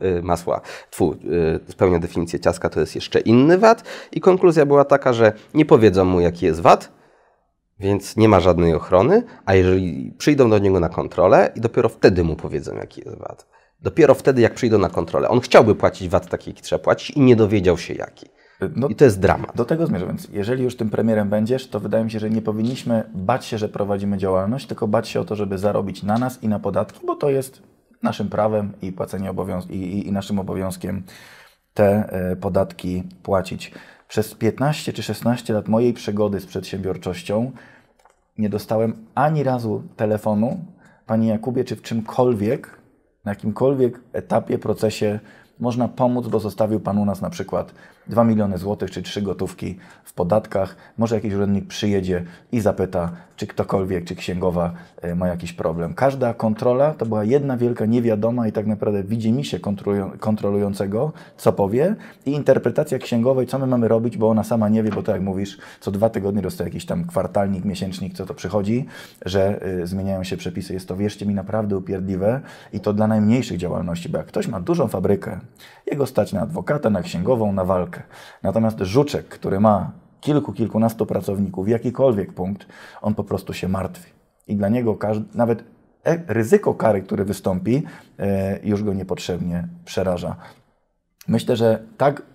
Speaker 4: spełnia definicję ciastka, to jest jeszcze inny VAT. I konkluzja była taka, że nie powiedzą mu, jaki jest VAT, więc nie ma żadnej ochrony, a jeżeli przyjdą do niego na kontrolę i dopiero wtedy mu powiedzą, jaki jest VAT. Dopiero wtedy, jak przyjdą na kontrolę. On chciałby płacić VAT taki, jaki trzeba płacić i nie dowiedział się, jaki.
Speaker 3: No,
Speaker 4: i to jest dramat.
Speaker 3: Do tego zmierzam, więc jeżeli już tym premierem będziesz, to wydaje mi się, że nie powinniśmy bać się, że prowadzimy działalność, tylko bać się o to, żeby zarobić na nas i na podatki, bo to jest naszym prawem i płacenie i naszym obowiązkiem te podatki płacić. Przez 15 czy 16 lat mojej przygody z przedsiębiorczością nie dostałem ani razu telefonu, Panie Jakubie, czy w czymkolwiek, na jakimkolwiek etapie, procesie można pomóc, bo zostawił Pan u nas na przykład 2 miliony złotych czy 3 gotówki w podatkach. Może jakiś urzędnik przyjedzie i zapyta, czy ktokolwiek, czy księgowa ma jakiś problem. Każda kontrola to była jedna wielka niewiadoma i tak naprawdę widzimisię kontrolującego, co powie, i interpretacja księgowej, co my mamy robić, bo ona sama nie wie, bo tak jak mówisz, co 2 tygodnie dostaje jakiś tam kwartalnik, miesięcznik, co to przychodzi, że zmieniają się przepisy. Jest to, wierzcie mi, naprawdę upierdliwe i to dla najmniejszych działalności, bo jak ktoś ma dużą fabrykę, jego stać na adwokata, na księgową, na walkę. Natomiast żuczek, który ma kilkunastu pracowników, jakikolwiek punkt, on po prostu się martwi. I dla niego nawet ryzyko kary, które wystąpi, już go niepotrzebnie przeraża. Myślę, że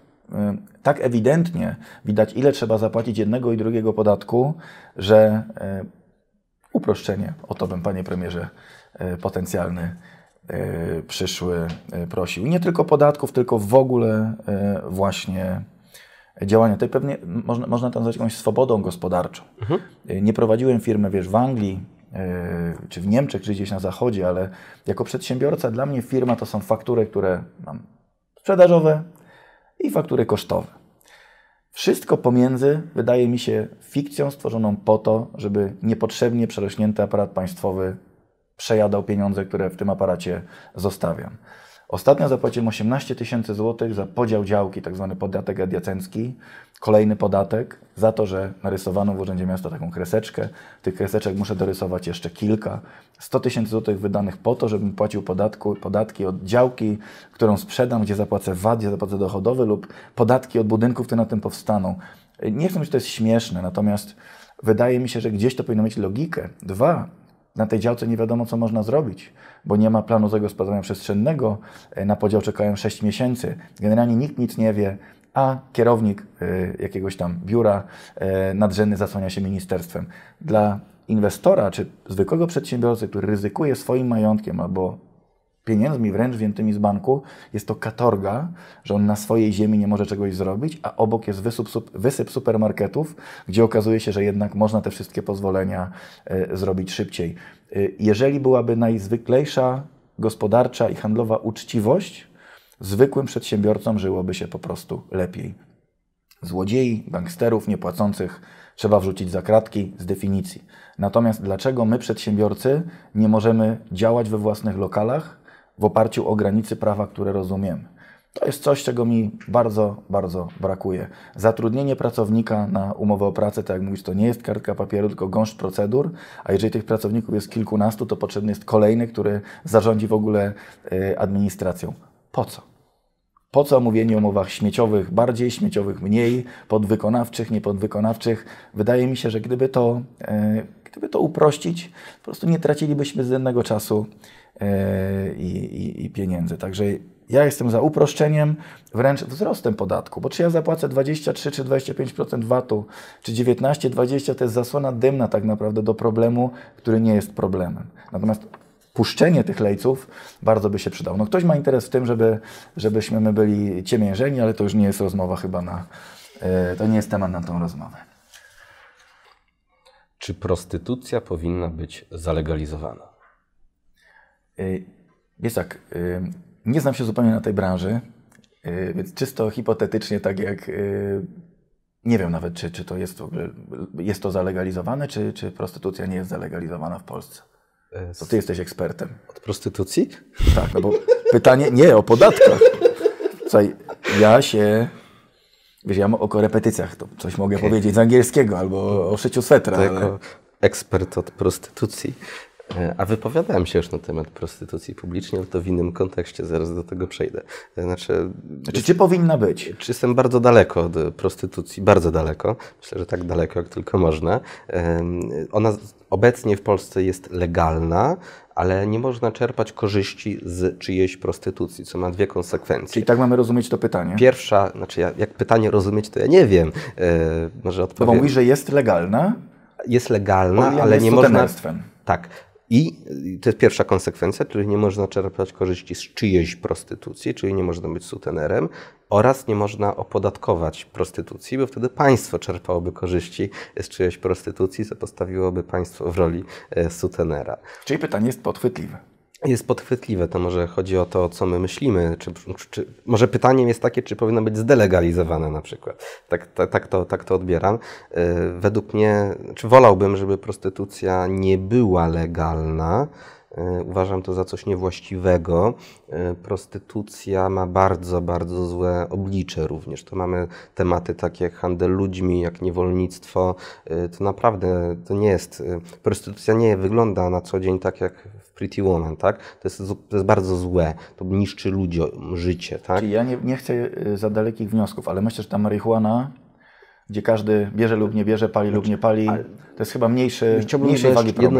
Speaker 3: tak ewidentnie widać, ile trzeba zapłacić jednego i drugiego podatku, że uproszczenie, o to bym, panie premierze, potencjalny przyszły prosił. I nie tylko podatków, tylko w ogóle właśnie działania. Tutaj pewnie można to nazwać jakąś swobodą gospodarczą. Nie prowadziłem firmy, wiesz, w Anglii, czy w Niemczech, czy gdzieś na zachodzie, ale jako przedsiębiorca dla mnie firma to są faktury, które mam sprzedażowe i faktury kosztowe. Wszystko pomiędzy wydaje mi się fikcją stworzoną po to, żeby niepotrzebnie przerośnięty aparat państwowy przejadał pieniądze, które w tym aparacie zostawiam. Ostatnio zapłaciłem 18 000 złotych za podział działki, tak zwany podatek adiacencki, kolejny podatek, za to, że narysowano w Urzędzie Miasta taką kreseczkę. Tych kreseczek muszę dorysować jeszcze kilka. 100 000 złotych wydanych po to, żebym płacił podatki od działki, którą sprzedam, gdzie zapłacę VAT, gdzie zapłacę dochodowy, lub podatki od budynków, które na tym powstaną. Nie chcę mówić, że to jest śmieszne, natomiast wydaje mi się, że gdzieś to powinno mieć logikę. 2. Na tej działce nie wiadomo, co można zrobić, bo nie ma planu zagospodarowania przestrzennego, na podział czekają 6 miesięcy. Generalnie nikt nic nie wie, a kierownik jakiegoś tam biura nadrzędny zasłania się ministerstwem. Dla inwestora czy zwykłego przedsiębiorcy, który ryzykuje swoim majątkiem albo pieniędzmi wręcz wziętymi z banku. Jest to katorga, że on na swojej ziemi nie może czegoś zrobić, a obok jest wysyp supermarketów, gdzie okazuje się, że jednak można te wszystkie pozwolenia zrobić szybciej. Jeżeli byłaby najzwyklejsza gospodarcza i handlowa uczciwość, zwykłym przedsiębiorcom żyłoby się po prostu lepiej. Złodziei, gangsterów niepłacących trzeba wrzucić za kratki z definicji. Natomiast dlaczego my, przedsiębiorcy, nie możemy działać we własnych lokalach w oparciu o granice prawa, które rozumiemy? To jest coś, czego mi bardzo, bardzo brakuje. Zatrudnienie pracownika na umowę o pracę, tak jak mówisz, to nie jest kartka papieru, tylko gąszcz procedur, a jeżeli tych pracowników jest kilkunastu, to potrzebny jest kolejny, który zarządzi w ogóle administracją. Po co? Po co mówienie o umowach śmieciowych bardziej, śmieciowych mniej, podwykonawczych, niepodwykonawczych? Wydaje mi się, że gdyby to uprościć, po prostu nie tracilibyśmy zbędnego czasu i pieniędzy. Także ja jestem za uproszczeniem, wręcz wzrostem podatku, bo czy ja zapłacę 23 czy 25% VAT-u, czy 19, 20, to jest zasłona dymna tak naprawdę do problemu, który nie jest problemem. Natomiast puszczenie tych lejców bardzo by się przydało. No, ktoś ma interes w tym, żebyśmy my byli ciemiężeni, ale to już nie jest rozmowa chyba to nie jest temat na tą rozmowę.
Speaker 4: Czy prostytucja powinna być zalegalizowana?
Speaker 3: Jest tak, nie znam się zupełnie na tej branży, więc czysto hipotetycznie, tak jak nie wiem nawet, czy to jest w ogóle, jest to zalegalizowane, czy prostytucja nie jest zalegalizowana w Polsce. To ty jesteś ekspertem.
Speaker 4: Od prostytucji?
Speaker 3: Tak, no bo pytanie nie o podatkach. Słuchaj, ja o korepetycjach to coś mogę powiedzieć z angielskiego albo o szyciu swetra.
Speaker 4: Jako ekspert od prostytucji. A wypowiadałem się już na temat prostytucji publicznie, ale to w innym kontekście, zaraz do tego przejdę. Znaczy,
Speaker 3: czy powinna być?
Speaker 4: Czy jestem bardzo daleko od prostytucji? Bardzo daleko. Myślę, że tak daleko, jak tylko można. Ona obecnie w Polsce jest legalna, ale nie można czerpać korzyści z czyjejś prostytucji, co ma dwie konsekwencje.
Speaker 3: Czyli tak mamy rozumieć to pytanie?
Speaker 4: Pierwsza, jak pytanie rozumieć, to ja nie wiem. Może odpowiem.
Speaker 3: No bo mówisz, że jest legalna?
Speaker 4: Jest legalna, ale nie można... Tak. I to jest pierwsza konsekwencja, czyli nie można czerpać korzyści z czyjejś prostytucji, czyli nie można być sutenerem oraz nie można opodatkować prostytucji, bo wtedy państwo czerpałoby korzyści z czyjejś prostytucji, co postawiłoby państwo w roli sutenera.
Speaker 3: Czyli pytanie jest podchwytliwe.
Speaker 4: Jest podchwytliwe, to może chodzi o to, co my myślimy, czy może pytaniem jest takie, czy powinno być zdelegalizowane na przykład. Tak to odbieram. Według mnie, czy wolałbym, żeby prostytucja nie była legalna. Uważam to za coś niewłaściwego. Prostytucja ma bardzo, bardzo złe oblicze również. To mamy tematy takie jak handel ludźmi, jak niewolnictwo. To naprawdę, to nie jest, prostytucja nie wygląda na co dzień tak jak w Pretty Woman, tak? To jest bardzo złe. To niszczy ludziom życie, tak?
Speaker 3: Czyli ja nie chcę za dalekich wniosków, ale myślę, że ta marihuana, gdzie każdy bierze lub nie bierze, pali lub nie pali, to jest chyba mniejszej wagi problem.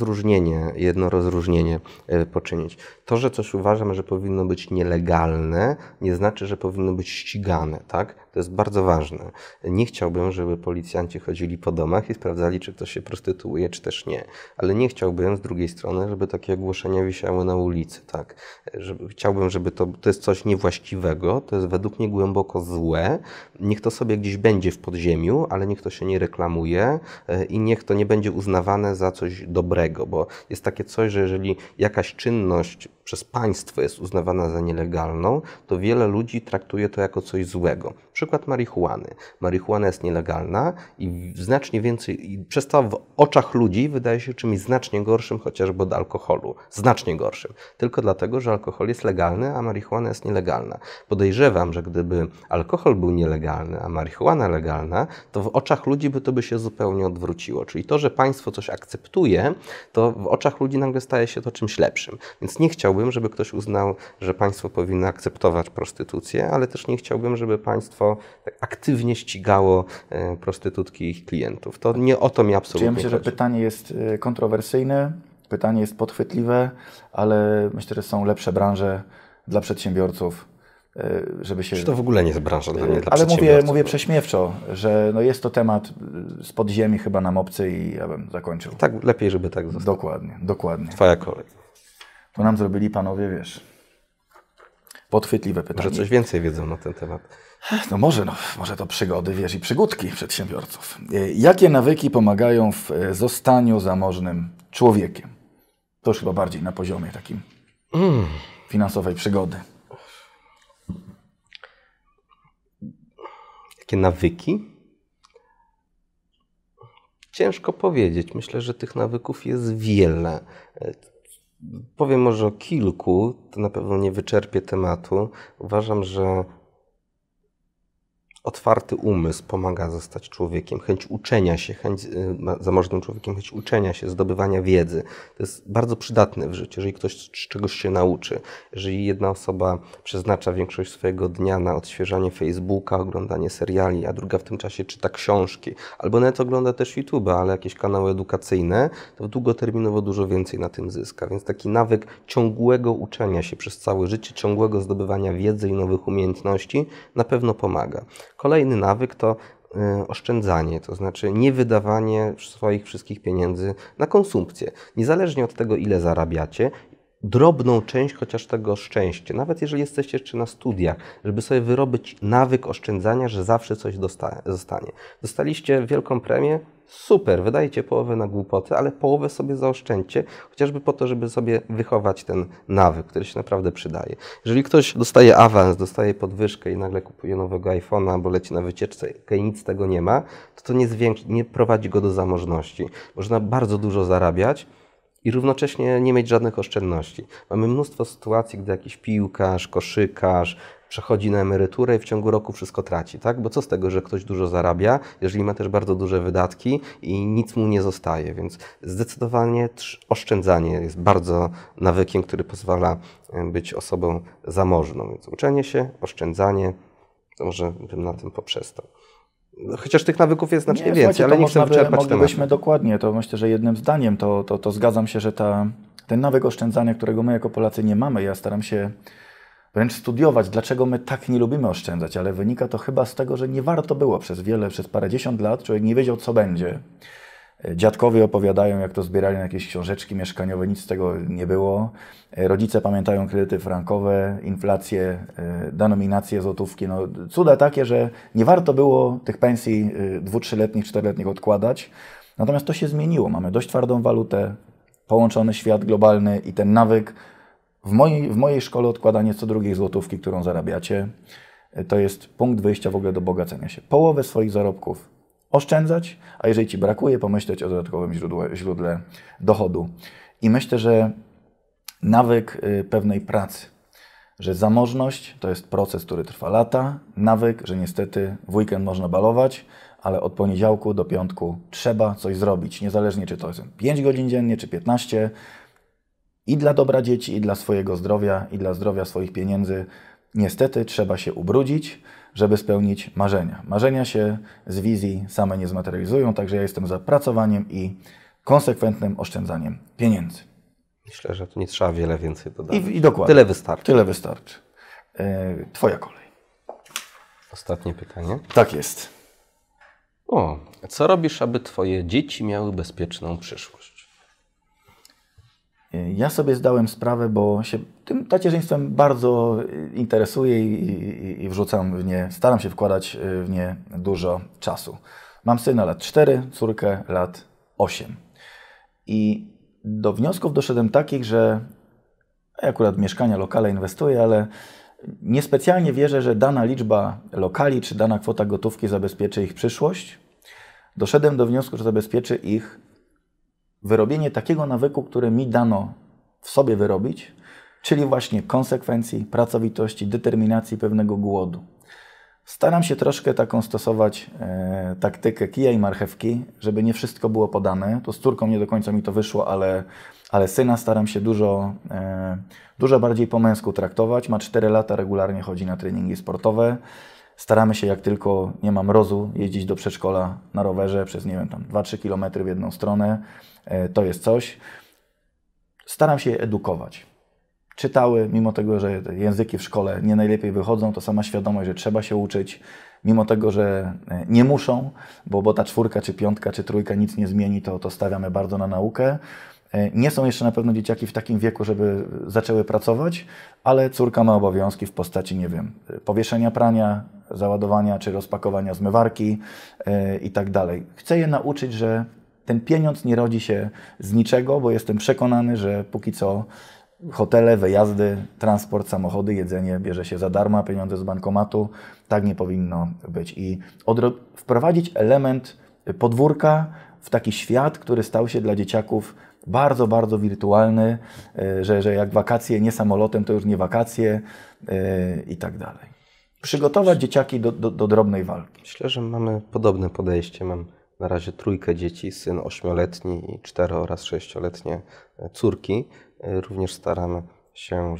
Speaker 4: Jedno rozróżnienie poczynić. To, że coś uważam, że powinno być nielegalne, nie znaczy, że powinno być ścigane, tak? To jest bardzo ważne. Nie chciałbym, żeby policjanci chodzili po domach i sprawdzali, czy ktoś się prostytuuje, czy też nie. Ale nie chciałbym z drugiej strony, żeby takie ogłoszenia wisiały na ulicy, tak? Chciałbym, żeby to jest coś niewłaściwego, to jest według mnie głęboko złe. Niech to sobie gdzieś będzie w podziemiu, ale niech to się nie reklamuje i niech to nie będzie uznawane za coś dobrego, bo jest takie coś, że jeżeli jakaś czynność przez państwo jest uznawana za nielegalną, to wiele ludzi traktuje to jako coś złego. Przykład marihuany. Marihuana jest nielegalna i znacznie więcej, i przez to w oczach ludzi wydaje się czymś znacznie gorszym, chociażby od alkoholu. Znacznie gorszym. Tylko dlatego, że alkohol jest legalny, a marihuana jest nielegalna. Podejrzewam, że gdyby alkohol był nielegalny, a marihuana legalna, to w oczach ludzi by to by się zupełnie odwróciło. Czyli to, że państwo coś akceptuje, to w oczach ludzi nagle staje się to czymś lepszym. Więc nie chciałbym, żeby ktoś uznał, że państwo powinno akceptować prostytucję, ale też nie chciałbym, żeby państwo tak aktywnie ścigało prostytutki i ich klientów. To nie o to mi absolutnie
Speaker 3: Czyli ja myślę,
Speaker 4: chodzi.
Speaker 3: że pytanie jest kontrowersyjne, pytanie jest podchwytliwe, ale myślę, że są lepsze branże dla przedsiębiorców, żeby się...
Speaker 4: Czy to w ogóle nie jest branża dla mnie, dla
Speaker 3: Ale
Speaker 4: przedsiębiorców?
Speaker 3: mówię prześmiewczo, że no jest to temat z podziemi chyba nam obcy i ja bym zakończył.
Speaker 4: Tak, lepiej, żeby tak zostało.
Speaker 3: Dokładnie.
Speaker 4: Twoja kolej.
Speaker 3: to nam zrobili panowie, wiesz, podchwytliwe pytanie.
Speaker 4: Może coś więcej wiedzą na ten temat.
Speaker 3: No może to przygody, wiesz, i przygódki przedsiębiorców. Jakie nawyki pomagają w zostaniu zamożnym człowiekiem? To już chyba bardziej na poziomie takim finansowej przygody.
Speaker 4: Jakie nawyki? Ciężko powiedzieć. Myślę, że tych nawyków jest wiele. Powiem może o kilku, to na pewno nie wyczerpię tematu. Uważam, że otwarty umysł pomaga zostać człowiekiem, chęć uczenia się, zamożnym człowiekiem, chęć uczenia się, zdobywania wiedzy. To jest bardzo przydatne w życiu, jeżeli ktoś czegoś się nauczy. Jeżeli jedna osoba przeznacza większość swojego dnia na odświeżanie Facebooka, oglądanie seriali, a druga w tym czasie czyta książki, albo nawet ogląda też YouTube'a, ale jakieś kanały edukacyjne, to długoterminowo dużo więcej na tym zyska. Więc taki nawyk ciągłego uczenia się przez całe życie, ciągłego zdobywania wiedzy i nowych umiejętności na pewno pomaga. Kolejny nawyk to oszczędzanie, to znaczy nie wydawanie swoich wszystkich pieniędzy na konsumpcję. Niezależnie od tego, ile zarabiacie, drobną część chociaż tego szczęścia, nawet jeżeli jesteście jeszcze na studiach, żeby sobie wyrobić nawyk oszczędzania, że zawsze coś zostanie. Dostaliście wielką premię? Super, wydajecie połowę na głupoty, ale połowę sobie zaoszczędźcie, chociażby po to, żeby sobie wychować ten nawyk, który się naprawdę przydaje. Jeżeli ktoś dostaje awans, dostaje podwyżkę i nagle kupuje nowego iPhone'a, bo leci na wycieczkę i nic z tego nie ma, to nie prowadzi go do zamożności. Można bardzo dużo zarabiać i równocześnie nie mieć żadnych oszczędności. Mamy mnóstwo sytuacji, gdy jakiś piłkarz, koszykarz przechodzi na emeryturę i w ciągu roku wszystko traci, tak? Bo co z tego, że ktoś dużo zarabia, jeżeli ma też bardzo duże wydatki i nic mu nie zostaje, więc zdecydowanie oszczędzanie jest bardzo nawykiem, który pozwala być osobą zamożną. Więc uczenie się, oszczędzanie, to może bym na tym poprzestał. Chociaż tych nawyków jest znacznie więcej, ale nie chcę wyczerpać
Speaker 3: moglibyśmy
Speaker 4: tematu.
Speaker 3: dokładnie, to myślę, że jednym zdaniem to zgadzam się, że ten nawyk oszczędzania, którego my jako Polacy nie mamy, ja staram się wręcz studiować, dlaczego my tak nie lubimy oszczędzać, ale wynika to chyba z tego, że nie warto było przez parędziesiąt lat, człowiek nie wiedział, co będzie. Dziadkowie opowiadają, jak to zbierali na jakieś książeczki mieszkaniowe, nic z tego nie było. Rodzice pamiętają kredyty frankowe, inflację, denominację złotówki. No, cuda takie, że nie warto było tych pensji 2-, 3-letnich, 4-letnich odkładać. Natomiast to się zmieniło. Mamy dość twardą walutę, połączony świat globalny i ten nawyk. W mojej szkole odkładanie co drugiej złotówki, którą zarabiacie, to jest punkt wyjścia w ogóle do bogacenia się. Połowę swoich zarobków oszczędzać, a jeżeli Ci brakuje, pomyśleć o dodatkowym źródle dochodu. I myślę, że nawyk pewnej pracy, że zamożność to jest proces, który trwa lata, nawyk, że niestety w weekend można balować, ale od poniedziałku do piątku trzeba coś zrobić, niezależnie czy to jest 5 godzin dziennie, czy 15, i dla dobra dzieci, i dla swojego zdrowia, i dla zdrowia swoich pieniędzy. Niestety trzeba się ubrudzić, żeby spełnić marzenia. Marzenia się z wizji same nie zmaterializują, także ja jestem za pracowaniem i konsekwentnym oszczędzaniem pieniędzy.
Speaker 4: Myślę, że tu nie trzeba wiele więcej dodać.
Speaker 3: I dokładnie.
Speaker 4: Tyle wystarczy.
Speaker 3: Tyle wystarczy. Twoja kolej.
Speaker 4: Ostatnie pytanie.
Speaker 3: Tak jest.
Speaker 4: Co robisz, aby Twoje dzieci miały bezpieczną przyszłość?
Speaker 3: Ja sobie zdałem sprawę, bo się tym tacierzyństwem bardzo interesuję i wrzucam w nie, staram się wkładać w nie dużo czasu. Mam syna lat 4, córkę lat 8. I do wniosków doszedłem takich, że ja akurat mieszkania, lokale inwestuję, ale niespecjalnie wierzę, że dana liczba lokali czy dana kwota gotówki zabezpieczy ich przyszłość. Doszedłem do wniosku, że zabezpieczy ich wyrobienie takiego nawyku, który mi dano w sobie wyrobić, czyli właśnie konsekwencji, pracowitości, determinacji, pewnego głodu. Staram się troszkę taką stosować taktykę kija i marchewki, żeby nie wszystko było podane. Tu z córką nie do końca mi to wyszło, ale syna staram się dużo bardziej po męsku traktować. Ma 4 lata, regularnie chodzi na treningi sportowe. Staramy się, jak tylko nie ma mrozu, jeździć do przedszkola na rowerze przez, nie wiem, tam 2-3 km w jedną stronę. To jest coś. Staram się je edukować. Czytały, mimo tego, że języki w szkole nie najlepiej wychodzą, to sama świadomość, że trzeba się uczyć, mimo tego, że nie muszą, bo ta 4, czy 5, czy 3 nic nie zmieni, to stawiamy bardzo na naukę. Nie są jeszcze na pewno dzieciaki w takim wieku, żeby zaczęły pracować, ale córka ma obowiązki w postaci, nie wiem, powieszenia prania, załadowania czy rozpakowania zmywarki i tak dalej. Chcę je nauczyć, że ten pieniądz nie rodzi się z niczego, bo jestem przekonany, że póki co hotele, wyjazdy, transport, samochody, jedzenie bierze się za darmo, pieniądze z bankomatu. Tak nie powinno być. I wprowadzić element podwórka w taki świat, który stał się dla dzieciaków bardzo, bardzo wirtualny, że jak wakacje nie samolotem, to już nie wakacje i tak dalej. Przygotować dzieciaki do drobnej walki.
Speaker 4: Myślę, że mamy podobne podejście. Mam na razie 3 dzieci, syn 8-letni i 4 oraz 6-letnie córki. Również staram się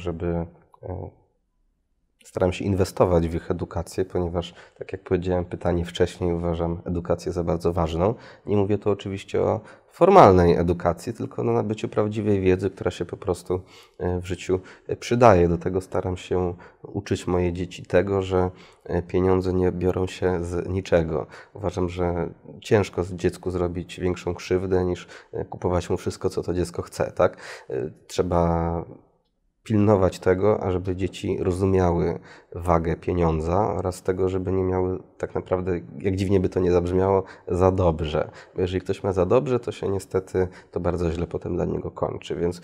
Speaker 4: inwestować w ich edukację, ponieważ, tak jak powiedziałem pytanie wcześniej, uważam edukację za bardzo ważną. Nie mówię tu oczywiście o formalnej edukacji, tylko o nabyciu prawdziwej wiedzy, która się po prostu w życiu przydaje. Do tego staram się uczyć moje dzieci tego, że pieniądze nie biorą się z niczego. Uważam, że ciężko dziecku zrobić większą krzywdę, niż kupować mu wszystko, co to dziecko chce, tak? Trzeba pilnować tego, ażeby dzieci rozumiały wagę pieniądza oraz tego, żeby nie miały tak naprawdę, jak dziwnie by to nie zabrzmiało, za dobrze. Bo jeżeli ktoś ma za dobrze, to się niestety to bardzo źle potem dla niego kończy. Więc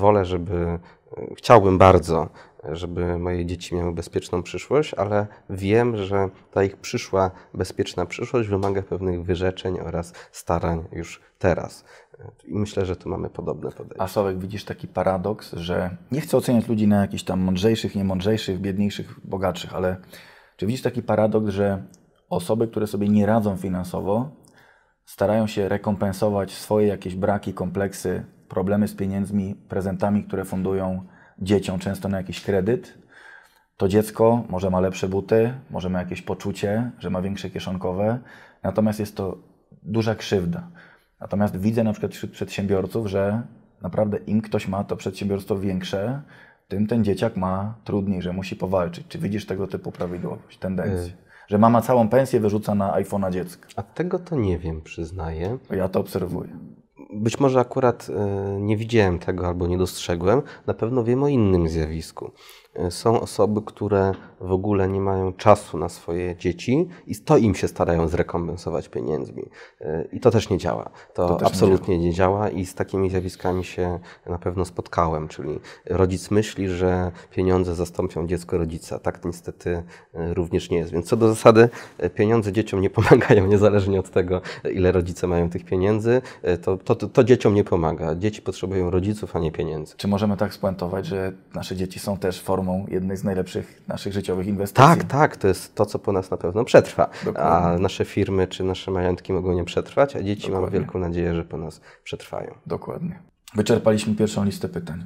Speaker 4: chciałbym bardzo, żeby moje dzieci miały bezpieczną przyszłość, ale wiem, że ta ich przyszła, bezpieczna przyszłość wymaga pewnych wyrzeczeń oraz starań już teraz. I myślę, że tu mamy podobne podejście.
Speaker 3: A Sławek, widzisz taki paradoks, że nie chcę oceniać ludzi na jakichś tam mądrzejszych, niemądrzejszych, biedniejszych, bogatszych, ale czy widzisz taki paradoks, że osoby, które sobie nie radzą finansowo, starają się rekompensować swoje jakieś braki, kompleksy, problemy z pieniędzmi, prezentami, które fundują dzieciom często na jakiś kredyt, to dziecko może ma lepsze buty, może ma jakieś poczucie, że ma większe kieszonkowe, natomiast jest to duża krzywda. Natomiast widzę na przykład wśród przedsiębiorców, że naprawdę im ktoś ma to przedsiębiorstwo większe, tym ten dzieciak ma trudniej, że musi powalczyć. Czy widzisz tego typu prawidłowość, tendencję? Że mama całą pensję wyrzuca na iPhone'a dziecka.
Speaker 4: A tego to nie wiem, przyznaję.
Speaker 3: Ja to obserwuję.
Speaker 4: Być może akurat nie widziałem tego albo nie dostrzegłem. Na pewno wiem o innym zjawisku. Są osoby, które w ogóle nie mają czasu na swoje dzieci i to im się starają zrekompensować pieniędzmi. I to też nie działa. To absolutnie nie działa i z takimi zjawiskami się na pewno spotkałem. Czyli rodzic myśli, że pieniądze zastąpią dziecko rodzica. Tak niestety również nie jest. Więc co do zasady pieniądze dzieciom nie pomagają, niezależnie od tego, ile rodzice mają tych pieniędzy. To dzieciom nie pomaga. Dzieci potrzebują rodziców, a nie pieniędzy.
Speaker 3: Czy możemy tak spuentować, że nasze dzieci są też formą jednej z najlepszych naszych życiowych inwestycji?
Speaker 4: Tak, to jest to, co po nas na pewno przetrwa.
Speaker 3: Dokładnie.
Speaker 4: A nasze firmy czy nasze majątki mogą nie przetrwać, a dzieci mam wielką nadzieję, że po nas przetrwają.
Speaker 3: Dokładnie. Wyczerpaliśmy pierwszą listę pytań.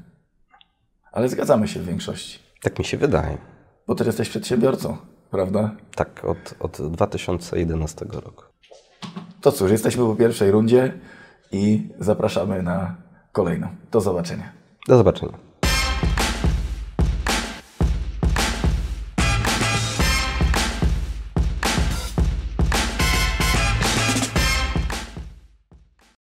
Speaker 3: Ale zgadzamy się w większości.
Speaker 4: Tak mi się wydaje.
Speaker 3: Bo też jesteś przedsiębiorcą, prawda?
Speaker 4: Tak, od 2011 roku.
Speaker 3: To cóż, jesteśmy po pierwszej rundzie i zapraszamy na kolejną. Do zobaczenia.
Speaker 4: Do zobaczenia.